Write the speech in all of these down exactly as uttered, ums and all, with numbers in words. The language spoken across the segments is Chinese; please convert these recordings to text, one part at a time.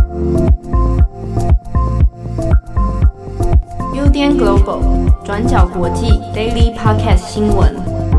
U D N Global 转角国际 Daily Podcast 新闻。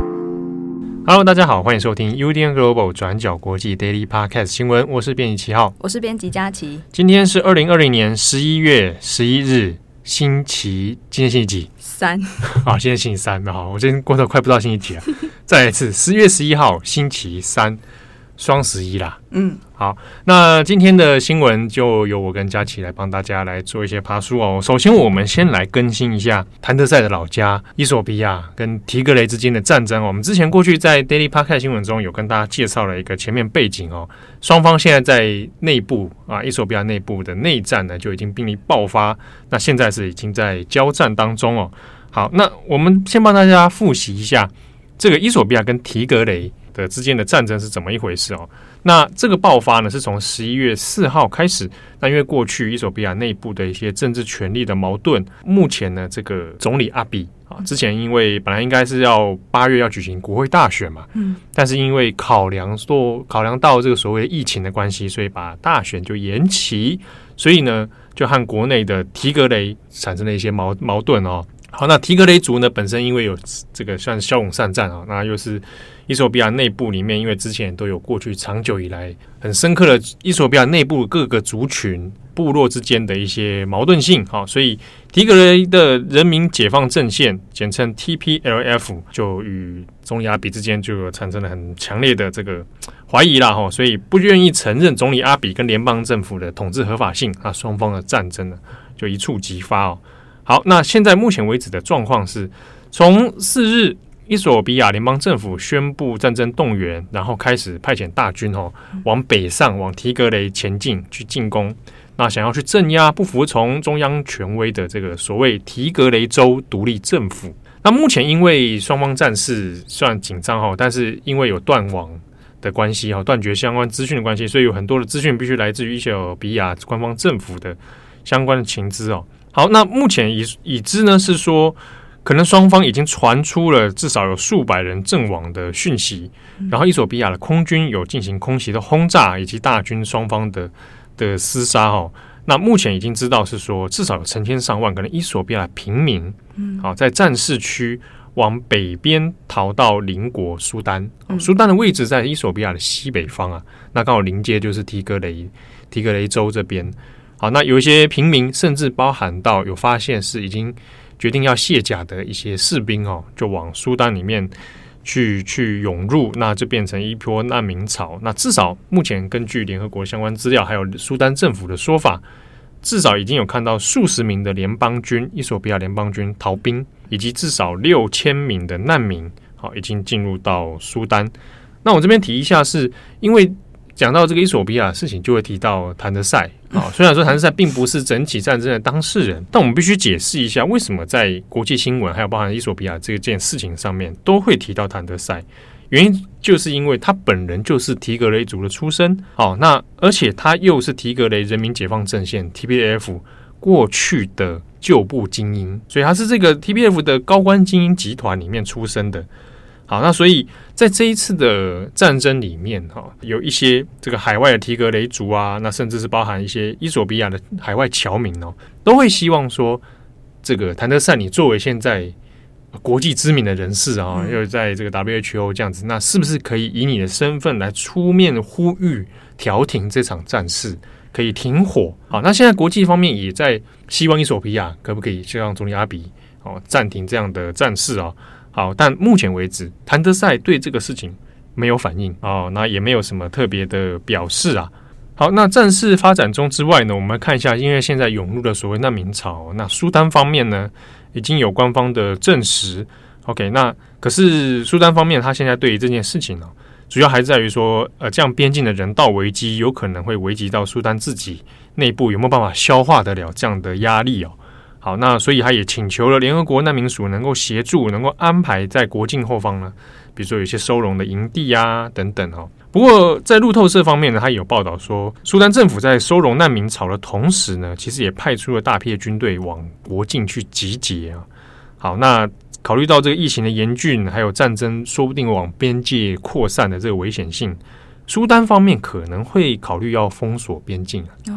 Hello， 大家好，欢迎收听 U D N Global 转角国际 Daily Podcast 新闻，我是编辑七号， 我是编辑佳琪。今天是二零二零年十一月十一日，星期，今天星期几？ 三。 啊，今天星期三，好，我今天过得快不到星期几了。再来一次，十月十一号，星期三，双十一啦。嗯，好，那今天的新闻就由我跟佳琪来帮大家来做一些爬梳哦。首先，我们先来更新一下谭德赛的老家伊索比亚跟提格雷之间的战争哦。我们之前过去在 Daily Podcast 新闻中有跟大家介绍了一个前面背景哦，双方现在在内部啊，伊索比亚内部的内战呢就已经濒临爆发，那现在是已经在交战当中哦。好，那我们先帮大家复习一下这个伊索比亚跟提格雷的之间的战争是怎么一回事哦？那这个爆发呢，是从十一月四号开始。那因为过去伊索比亚内部的一些政治权力的矛盾，目前呢，这个总理阿比啊，之前因为本来应该是要八月要举行国会大选嘛，嗯，但是因为考量说考量到这个所谓的疫情的关系，所以把大选就延期，所以呢，就和国内的提格雷产生了一些矛矛盾哦。好，那提格雷族呢，本身因为有这个算骁勇善战啊，那又是伊索比亚内部里面，因为之前都有过去长久以来很深刻的伊索比亚内部各个族群部落之间的一些矛盾性，好，所以提格雷的人民解放阵线，简称 T P L F， 就与总理阿比之间就有产生了很强烈的这个怀疑啦，所以不愿意承认总理阿比跟联邦政府的统治合法性，那双方的战争呢就一触即发哦。好，那现在目前为止的状况是，从四日伊索比亚联邦政府宣布战争动员，然后开始派遣大军哦往北上，往提格雷前进去进攻，那想要去镇压不服从中央权威的这个所谓提格雷州独立政府。那目前因为双方战事算紧张哦，但是因为有断网的关系哦，断绝相关资讯的关系，所以有很多的资讯必须来自于伊索比亚官方政府的相关的情资哦。好，那目前已已知呢是说，可能双方已经传出了至少有数百人阵亡的讯息，然后伊索比亚的空军有进行空袭的轰炸，以及大军双方的的厮杀哦。那目前已经知道是说，至少有成千上万可能伊索比亚的平民，好，在战事区往北边逃到邻国苏丹，苏丹的位置在伊索比亚的西北方啊，那刚好临接就是提格雷提格雷州这边。好，那有一些平民，甚至包含到有发现是已经决定要卸甲的一些士兵哦，就往苏丹里面去去涌入，那就变成一波难民潮。那至少目前根据联合国相关资料，还有苏丹政府的说法，至少已经有看到数十名的联邦军，伊索比亚联邦军逃兵，以及至少六千名的难民，好，已经进入到苏丹。那我这边提一下是，因为讲到这个伊索比亚的事情，就会提到谭德赛啊。虽然说谭德赛并不是整起战争的当事人，但我们必须解释一下，为什么在国际新闻还有包含伊索比亚这件事情上面都会提到谭德赛。原因就是因为他本人就是提格雷族的出身，好，那而且他又是提格雷人民解放阵线 T P L F 过去的旧部精英，所以他是这个 T P L F 的高官精英集团里面出身的。好，那所以在这一次的战争里面，有一些这个海外的提格雷族啊，那甚至是包含一些伊索比亚的海外侨民哦，都会希望说，这个谭德赛你作为现在国际知名的人士啊，又在这个 W H O 这样子，那是不是可以以你的身份来出面呼吁调停这场战事，可以停火？好，那现在国际方面也在希望伊索比亚可不可以就让总理阿比哦暂停这样的战事啊？好，但目前为止，谭德赛对这个事情没有反应哦，那也没有什么特别的表示啊。好，那战事发展中之外呢，我们看一下，因为现在涌入了所谓难民潮，那苏丹方面呢，已经有官方的证实。OK， 那可是苏丹方面，他现在对于这件事情呢、啊，主要还是在于说，呃，这样边境的人道危机有可能会危及到苏丹自己内部有没有办法消化得了这样的压力哦。好，那所以他也请求了联合国难民署能够协助，能够安排在国境后方呢，比如说有一些收容的营地啊等等哦。不过在路透社方面呢，他也有报道说，苏丹政府在收容难民潮的同时呢，其实也派出了大批的军队往国境去集结啊。好，那考虑到这个疫情的严峻，还有战争说不定往边界扩散的这个危险性，苏丹方面可能会考虑要封锁边境啊。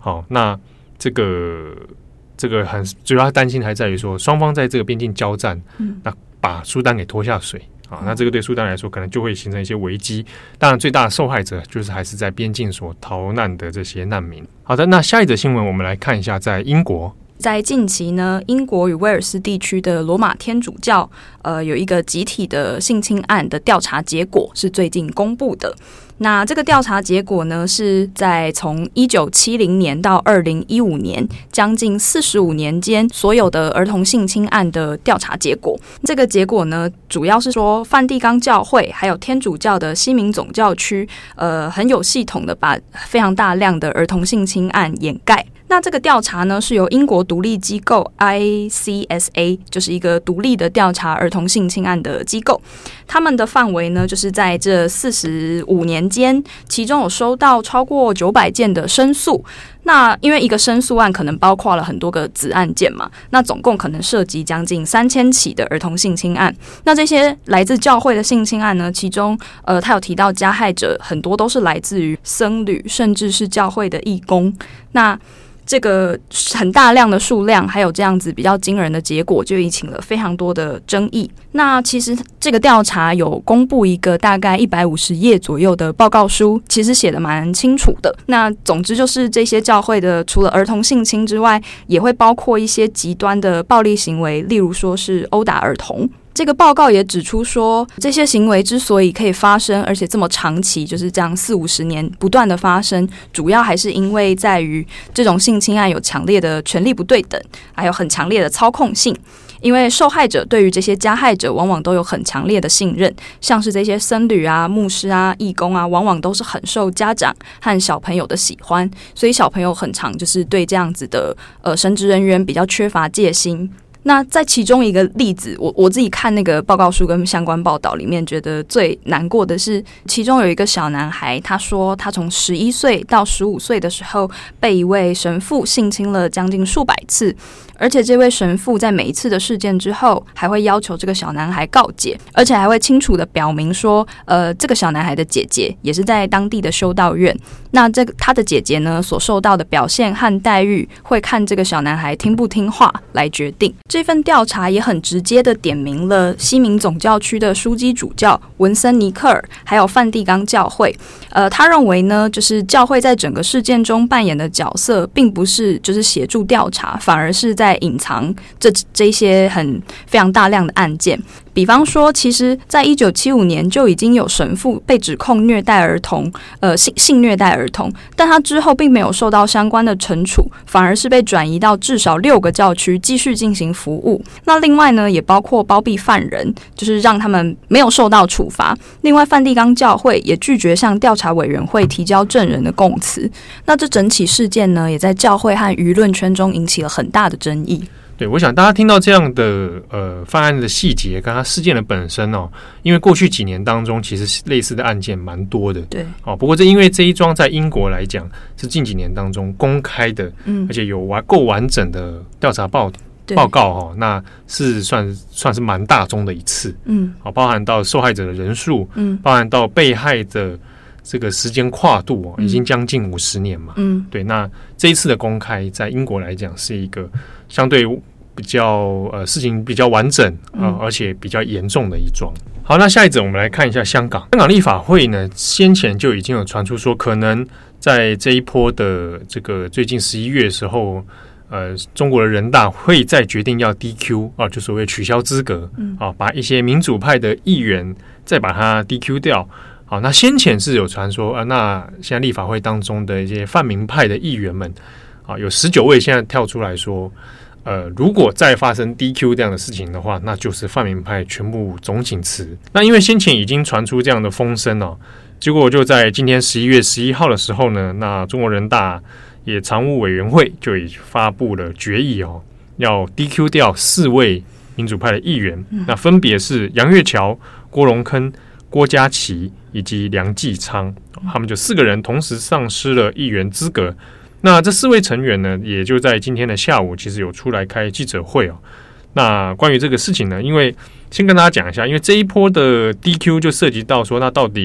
好、哦，那这个这个很主要担心还在于说，双方在这个边境交战，嗯，那把苏丹给拖下水。啊，那这个对苏丹来说可能就会形成一些危机。当然，最大的受害者就是还是在边境所逃难的这些难民。好的，那下一则新闻我们来看一下，在英国。 在近期呢，英国与威尔斯地区的罗马天主教，呃，有一个集体的性侵案的调查结果是最近公布的。那这个调查结果呢，是在从一九七零年到二零一五年，将近四十五年间所有的儿童性侵案的调查结果。这个结果呢，主要是说梵蒂冈教会还有天主教的西敏总教区，呃，很有系统的把非常大量的儿童性侵案掩盖。那这个调查呢，是由英国独立机构 I C S A， 就是一个独立的调查儿童性侵案的机构。他们的范围呢，就是在这四十五年间，其中有收到超过九百件的申诉。那因为一个申诉案可能包括了很多个子案件嘛，那总共可能涉及将近三千起的儿童性侵案。那这些来自教会的性侵案呢，其中呃，他有提到加害者很多都是来自于僧侣，甚至是教会的义工。那这个很大量的数量，还有这样子比较惊人的结果，就引起了非常多的争议。那其实这个调查有公布一个大概一百五十页左右的报告书，其实写得蛮清楚的。那总之就是这些教会的除了儿童性侵之外，也会包括一些极端的暴力行为，例如说是殴打儿童。这个报告也指出说，这些行为之所以可以发生，而且这么长期，就是这样四五十年不断的发生，主要还是因为在于这种性侵案有强烈的权力不对等，还有很强烈的操控性。因为受害者对于这些加害者往往都有很强烈的信任，像是这些僧侣啊、牧师啊、义工啊，往往都是很受家长和小朋友的喜欢，所以小朋友很常就是对这样子的呃神职人员比较缺乏戒心。那在其中一个例子，我我自己看那个报告书跟相关报道里面，觉得最难过的是，其中有一个小男孩，他说他从十一岁到十五岁的时候，被一位神父性侵了将近数百次。而且这位神父在每一次的事件之后，还会要求这个小男孩告解，而且还会清楚的表明说，呃，这个小男孩的姐姐也是在当地的修道院。那这个他的姐姐呢，所受到的表现和待遇，会看这个小男孩听不听话来决定。这份调查也很直接的点明了西敏总教区的枢机主教文森尼克尔，还有梵蒂冈教会。呃，他认为呢，就是教会在整个事件中扮演的角色，并不是就是协助调查，反而是在在隐藏这这些很非常大量的案件。比方说，其实在一九七五年就已经有神父被指控虐待儿童，呃性性虐待儿童，但他之后并没有受到相关的惩处，反而是被转移到至少六个教区继续进行服务。那另外呢，也包括包庇犯人，就是让他们没有受到处罚。另外，梵蒂冈教会也拒绝向调查委员会提交证人的供词。那这整起事件呢，也在教会和舆论圈中引起了很大的争议。 对，我想大家听到这样的呃犯案的细节跟他事件的本身哦，因为过去几年当中其实类似的案件蛮多的， 对， 哦，不过这因为这一桩在英国来讲是近几年当中公开的，嗯，而且有完够完整的调查报报告哦，那是算算是蛮大宗的一次，嗯，好，包含到受害者的人数，嗯，包含到被害的这个时间跨度哦，已经将近五十年嘛，嗯，对，那这一次的公开在英国来讲是一个相对比较呃事情比较完整啊、呃，而且比较严重的一桩。好，那下一则我们来看一下香港。香港立法会呢，先前就已经有传出说，可能在这一波的这个最近十一月的时候，呃，中国的人大会再决定要 D Q 啊，就所谓取消资格，啊，把一些民主派的议员再把它 D Q 掉。好，那先前是有传说啊，那现在立法会当中的一些泛民派的议员们啊，有十九位现在跳出来说，呃，如果再发生 D Q 这样的事情的话，那就是泛民派全部总请辞。那因为先前已经传出这样的风声哦，结果就在今天十一月十一号的时候呢，那中国人大也常务委员会就已发布了决议哦，要 D Q 掉四位民主派的议员，嗯、那分别是杨岳桥、郭荣铿、郭家麒以及梁继昌，他们就四个人同时丧失了议员资格。那这四位成员呢，也就在今天的下午，其实有出来开记者会哦。那关于这个事情呢，因为先跟大家讲一下，因为这一波的 D Q 就涉及到说，那到底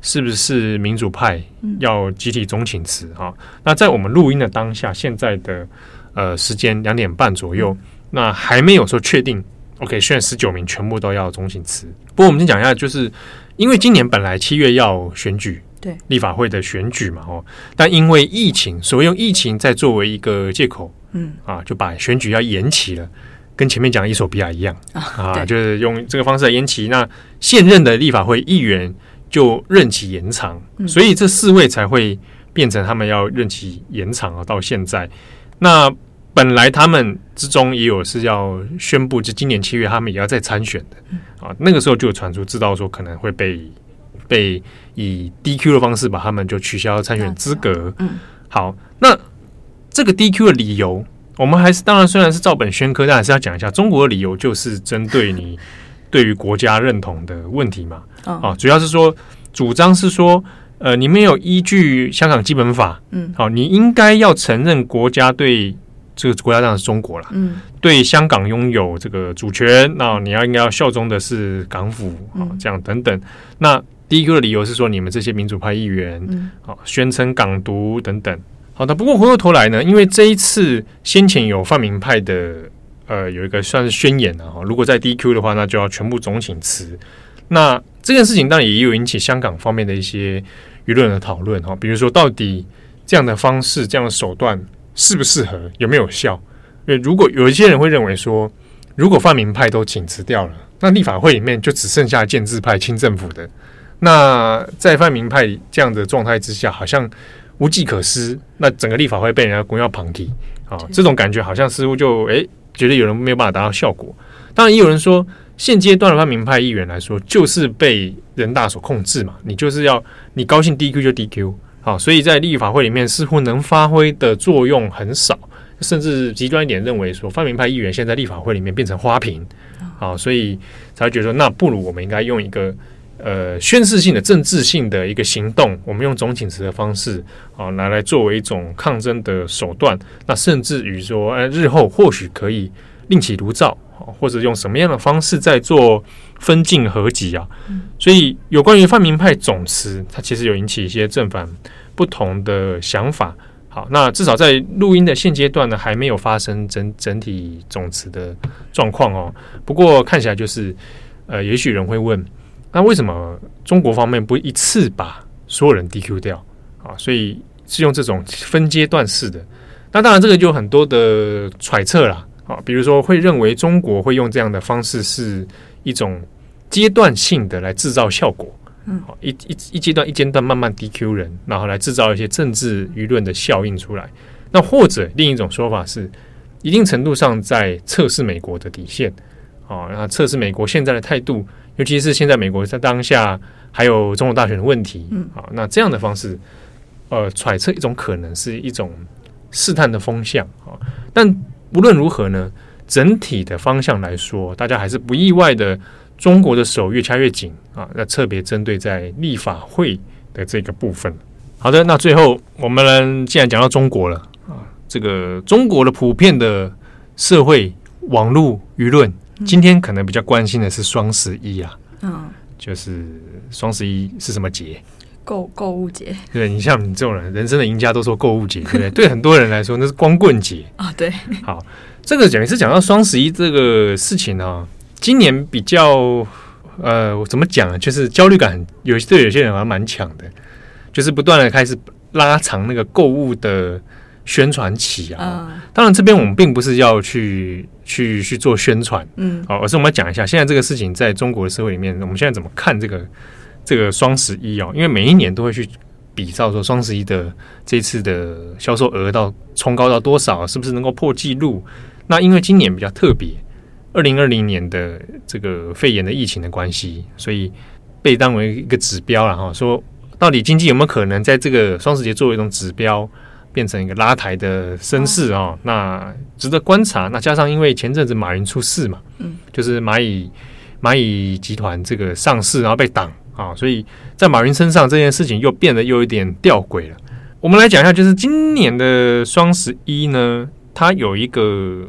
是不是民主派要集体总请辞啊？那在我们录音的当下，现在的呃时间两点半左右，那还没有说确定。OK， 现在十九名全部都要总请辞。不过我们先讲一下，就是因为今年本来七月要选举， 对立法会的选举嘛，哦，但因为疫情，所以用疫情再作为一个借口，嗯啊，就把选举要延期了，跟前面讲的伊索比亚一样啊, 啊，就是用这个方式来延期。那现任的立法会议员就任期延长，嗯、所以这四位才会变成他们要任期延长啊，到现在那。本来他们之中也有是要宣布，就今年七月他们也要再参选的、嗯、啊，那个时候就有传出知道说可能会被被以 D Q 的方式把他们就取消参选资格。嗯，好，那这个 D Q 的理由，我们还是当然虽然是照本宣科，但还是要讲一下，中国的理由就是针对你对于国家认同的问题嘛。啊，主要是说主张是说，呃，你没有依据香港基本法，嗯，好，你应该要承认国家对。这个国家当然是中国啦，嗯，对香港拥有这个主权，那你要应该要效忠的是港府啊、嗯，这样等等。那第一个的理由是说，你们这些民主派议员，嗯，好宣称港独等等。好的，不过回过头来呢，因为这一次先前有泛民派的呃有一个算是宣言啊，如果在 D Q 的话，那就要全部总请辞。那这件事情当然也有引起香港方面的一些舆论的讨论哈，比如说到底这样的方式、这样的手段。适不适合，有没有效？因为如果有一些人会认为说，如果泛民派都请辞掉了，那立法会里面就只剩下建制派、亲政府的。那在泛民派这样的状态之下，好像无计可施。那整个立法会被人家公要旁体啊，这种感觉好像似乎就哎，觉得有人没有办法达到效果。当然，也有人说，现阶段的泛民派议员来说，就是被人大所控制嘛，你就是要你高兴 D Q 就 D Q。好，所以在立法会里面似乎能发挥的作用很少，甚至极端一点认为说，泛民派议员现在立法会里面变成花瓶，好，所以才会觉得说，那不如我们应该用一个呃宣示性的、政治性的一个行动，我们用总请辞的方式，啊，拿来作为一种抗争的手段，那甚至于说，呃，日后或许可以另起炉灶，或者用什么样的方式在做分进合集啊？嗯、所以有关于泛民派总辞，它其实有引起一些正反不同的想法。好，那至少在录音的现阶段呢，还没有发生整整体总辞的状况哦。不过看起来就是，呃，也许人会问，那为什么中国方面不一次把所有人 D Q 掉啊？所以是用这种分阶段式的。那当然，这个就有很多的揣测啦。啊，比如说会认为中国会用这样的方式是一种阶段性的来制造效果，嗯，一一一阶段一阶段慢慢 D Q 人，然后来制造一些政治舆论的效应出来。那或者另一种说法是，一定程度上在测试美国的底线，啊，然后测试美国现在的态度，尤其是现在美国在当下还有总统大选的问题，嗯，啊，那这样的方式，呃，揣测一种可能是一种试探的风向，啊，但。无论如何呢，整体的方向来说，大家还是不意外的，中国的手越掐越紧啊。那特别针对在立法会的这个部分。好的，那最后我们既然讲到中国了啊，这个中国的普遍的社会网络舆论，今天可能比较关心的是双十一啊，嗯，就是双十一是什么节？ 购购物节， 对，你像你这种人，人生的赢家都说购物节，对不对？对很多人来说，那是光棍节啊。对， 好，这个讲也是讲到双十一这个事情啊，今年比较呃，我怎么讲啊？就是焦虑感很有对有些人还蛮强的，就是不断的开始拉长那个购物的宣传期啊。嗯、当然，这边我们并不是要去去去做宣传，嗯，好，而是我们要讲一下现在这个事情在中国的社会里面，我们现在怎么看这个。这个双十一哦，因为每一年都会去比照说双十一的这次的销售额到冲高到多少，是不是能够破纪录？那因为今年比较特别，二零二零年的这个肺炎的疫情的关系，所以被当为一个指标了哈。说到底经济有没有可能在这个双十节作为一种指标，变成一个拉抬的声势啊、哦？那值得观察。那加上因为前阵子马云出事嘛，嗯，就是蚂蚁蚂蚁集团这个上市然后被挡。啊，所以在马云身上这件事情又变得又有点吊诡了。我们来讲一下，就是今年的双十一呢，它有一个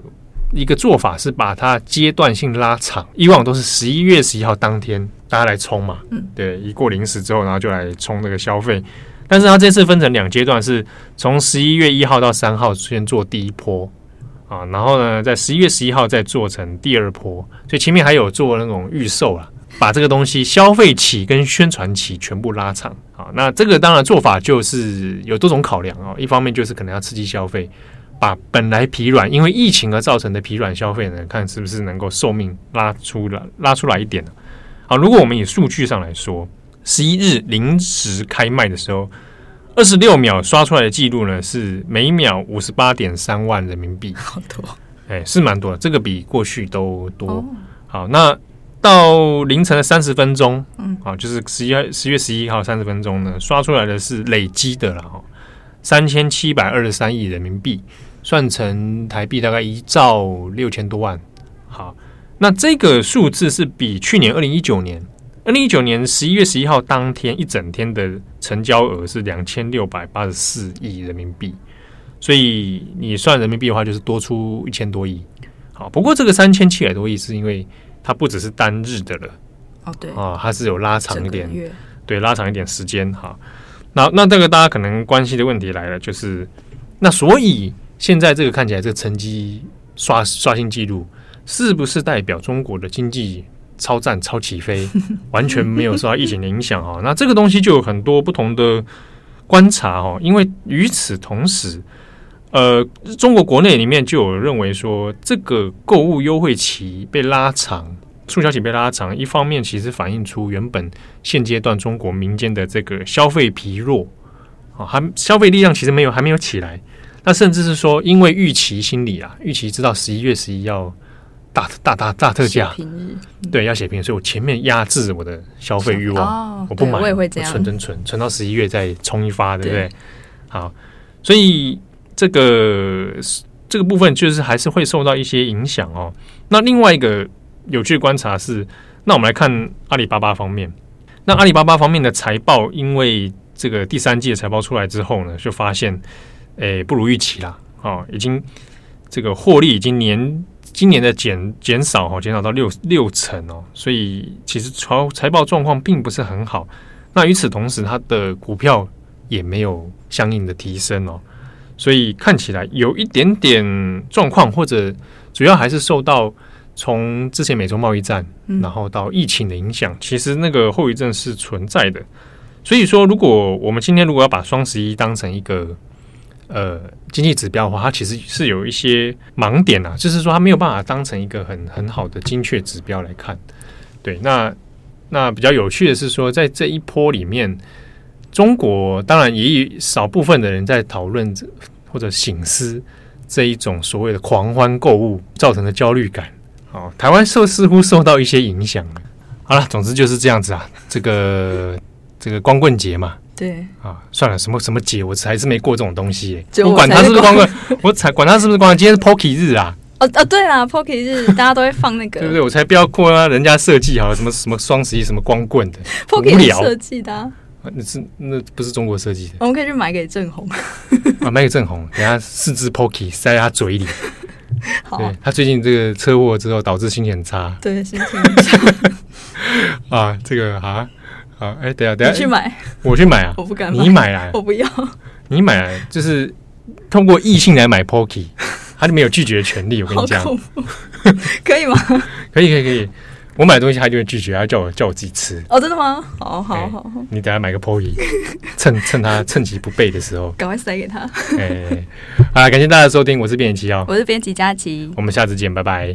一个做法是把它阶段性拉长，以往都是十一月十一号当天大家来冲嘛，嗯，对，一过零时之后，然后就来冲那个消费。但是它这次分成两阶段，是从十一月一号到三号先做第一波啊，然后呢，在十一月十一号再做成第二波，所以前面还有做那种预售啦，把这个东西消费期跟宣传期全部拉长啊。那这个当然做法就是有多种考量啊，一方面就是可能要刺激消费，把本来疲软因为疫情而造成的疲软消费呢，看是不是能够寿命拉出来拉出来一点呢？好，如果我们以数据上来说，十一日零时开卖的时候，二十六秒刷出来的记录呢是每秒五十八点三万人民币， 好多， 哎，是蛮多的，这个比过去都多。哦、好，那到凌晨的三十分钟，嗯，好，就是十一十月十一号三十分钟呢，刷出来的是累积的啦，哈，三千七百二十三亿人民币，算成台币大概一兆六千多万。好，那这个数字是比去年二零一九年。二零一九年十一月十一号当天一整天的成交额是两千六百八十四亿人民币，所以你算人民币的话，就是多出一千多亿。好，不过这个三千七百多亿是因为它不只是单日的了， 哦对， 啊，它是有拉长一点，对，拉长一点时间。好，那那这个大家可能关心的问题来了，就是那所以现在这个看起来这个成绩刷刷新纪录，是不是代表中国的经济超赞超起飞，完全没有受到疫情的影响哈？那这个东西就有很多不同的观察哈。因为与此同时，呃，中国国内里面就有认为说，这个购物优惠期被拉长，促销期被拉长，一方面其实反映出原本现阶段中国民间的这个消费疲弱啊，还消费力量其实没有还没有起来。那甚至是说，因为预期心理啊，预期知道十一月十一要大大大大特价，对，要写平日，所以我前面压制我的消费欲望， 哦、 我不买， 我也会这样， 存存存存到十一月再冲一发，对不对？对，好，所以这个这个部分就是还是会受到一些影响哦。那另外一个有趣的观察是，那我们来看阿里巴巴方面，那阿里巴巴方面的财报，因为这个第三季的财报出来之后呢，就发现，诶，不如预期啦，哦，已经这个获利已经年。今年的减减少哈，减少到六六成哦，所以其实财财报状况并不是很好。那与此同时，它的股票也没有相应的提升哦，所以看起来有一点点状况，或者主要还是受到从之前美洲贸易战，嗯、然后到疫情的影响，其实那个后遗症是存在的。所以说，如果我们今天如果要把双十一当成一个呃，经济指标的话，它其实是有一些盲点啊，就是说它没有办法当成一个很很好的精确指标来看。对，那那比较有趣的是说，在这一波里面，中国当然也有少部分的人在讨论或者省思这一种所谓的狂欢购物造成的焦虑感。哦，台湾受似乎受到一些影响。好了，总之就是这样子啊，这个这个光棍节嘛。 对啊，算了，什么什么节，我还是没过这种东西耶。 我, 我管他是不是光棍，我才管他是不是光棍。今天是 Pocky 日啊！ 哦哦，对啦 ，Pocky 日大家都会放那个， 对不对？我才不要过啊！人家设计好了什么什么双十一什么光棍的， Pocky 是设计的、啊， 那是那不是中国设计的。 我们可以去买给郑红啊，买给郑红，给他四只 Pocky 塞在他嘴里。 好， 对他最近这个车祸之后导致心情很差， 对，心情很差啊，这个啊。好，哎、欸，等一下，等一下， 你去买， 我去买啊！ 我不敢买， 你买来， 我不要。 你买来就是通过异性来买 Pocky， 他就没有拒绝的权利。我跟你讲， 可以吗？ 可以，可以，可以。我买东西他就会拒绝，他叫我叫我自己吃。 哦，真的吗？好好好，欸、 你等一下买个 Pocky， 趁趁他趁其不备的时候， 赶快塞给他。 哎、欸，好啦，感谢大家的收听，我是编辑七号， 我是编辑佳琪， 我们下次见，拜拜。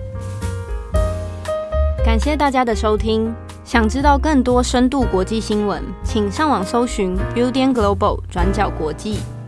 感谢大家的收听。想知道更多深度国际新闻，请上网搜寻 Building Global 转角国际。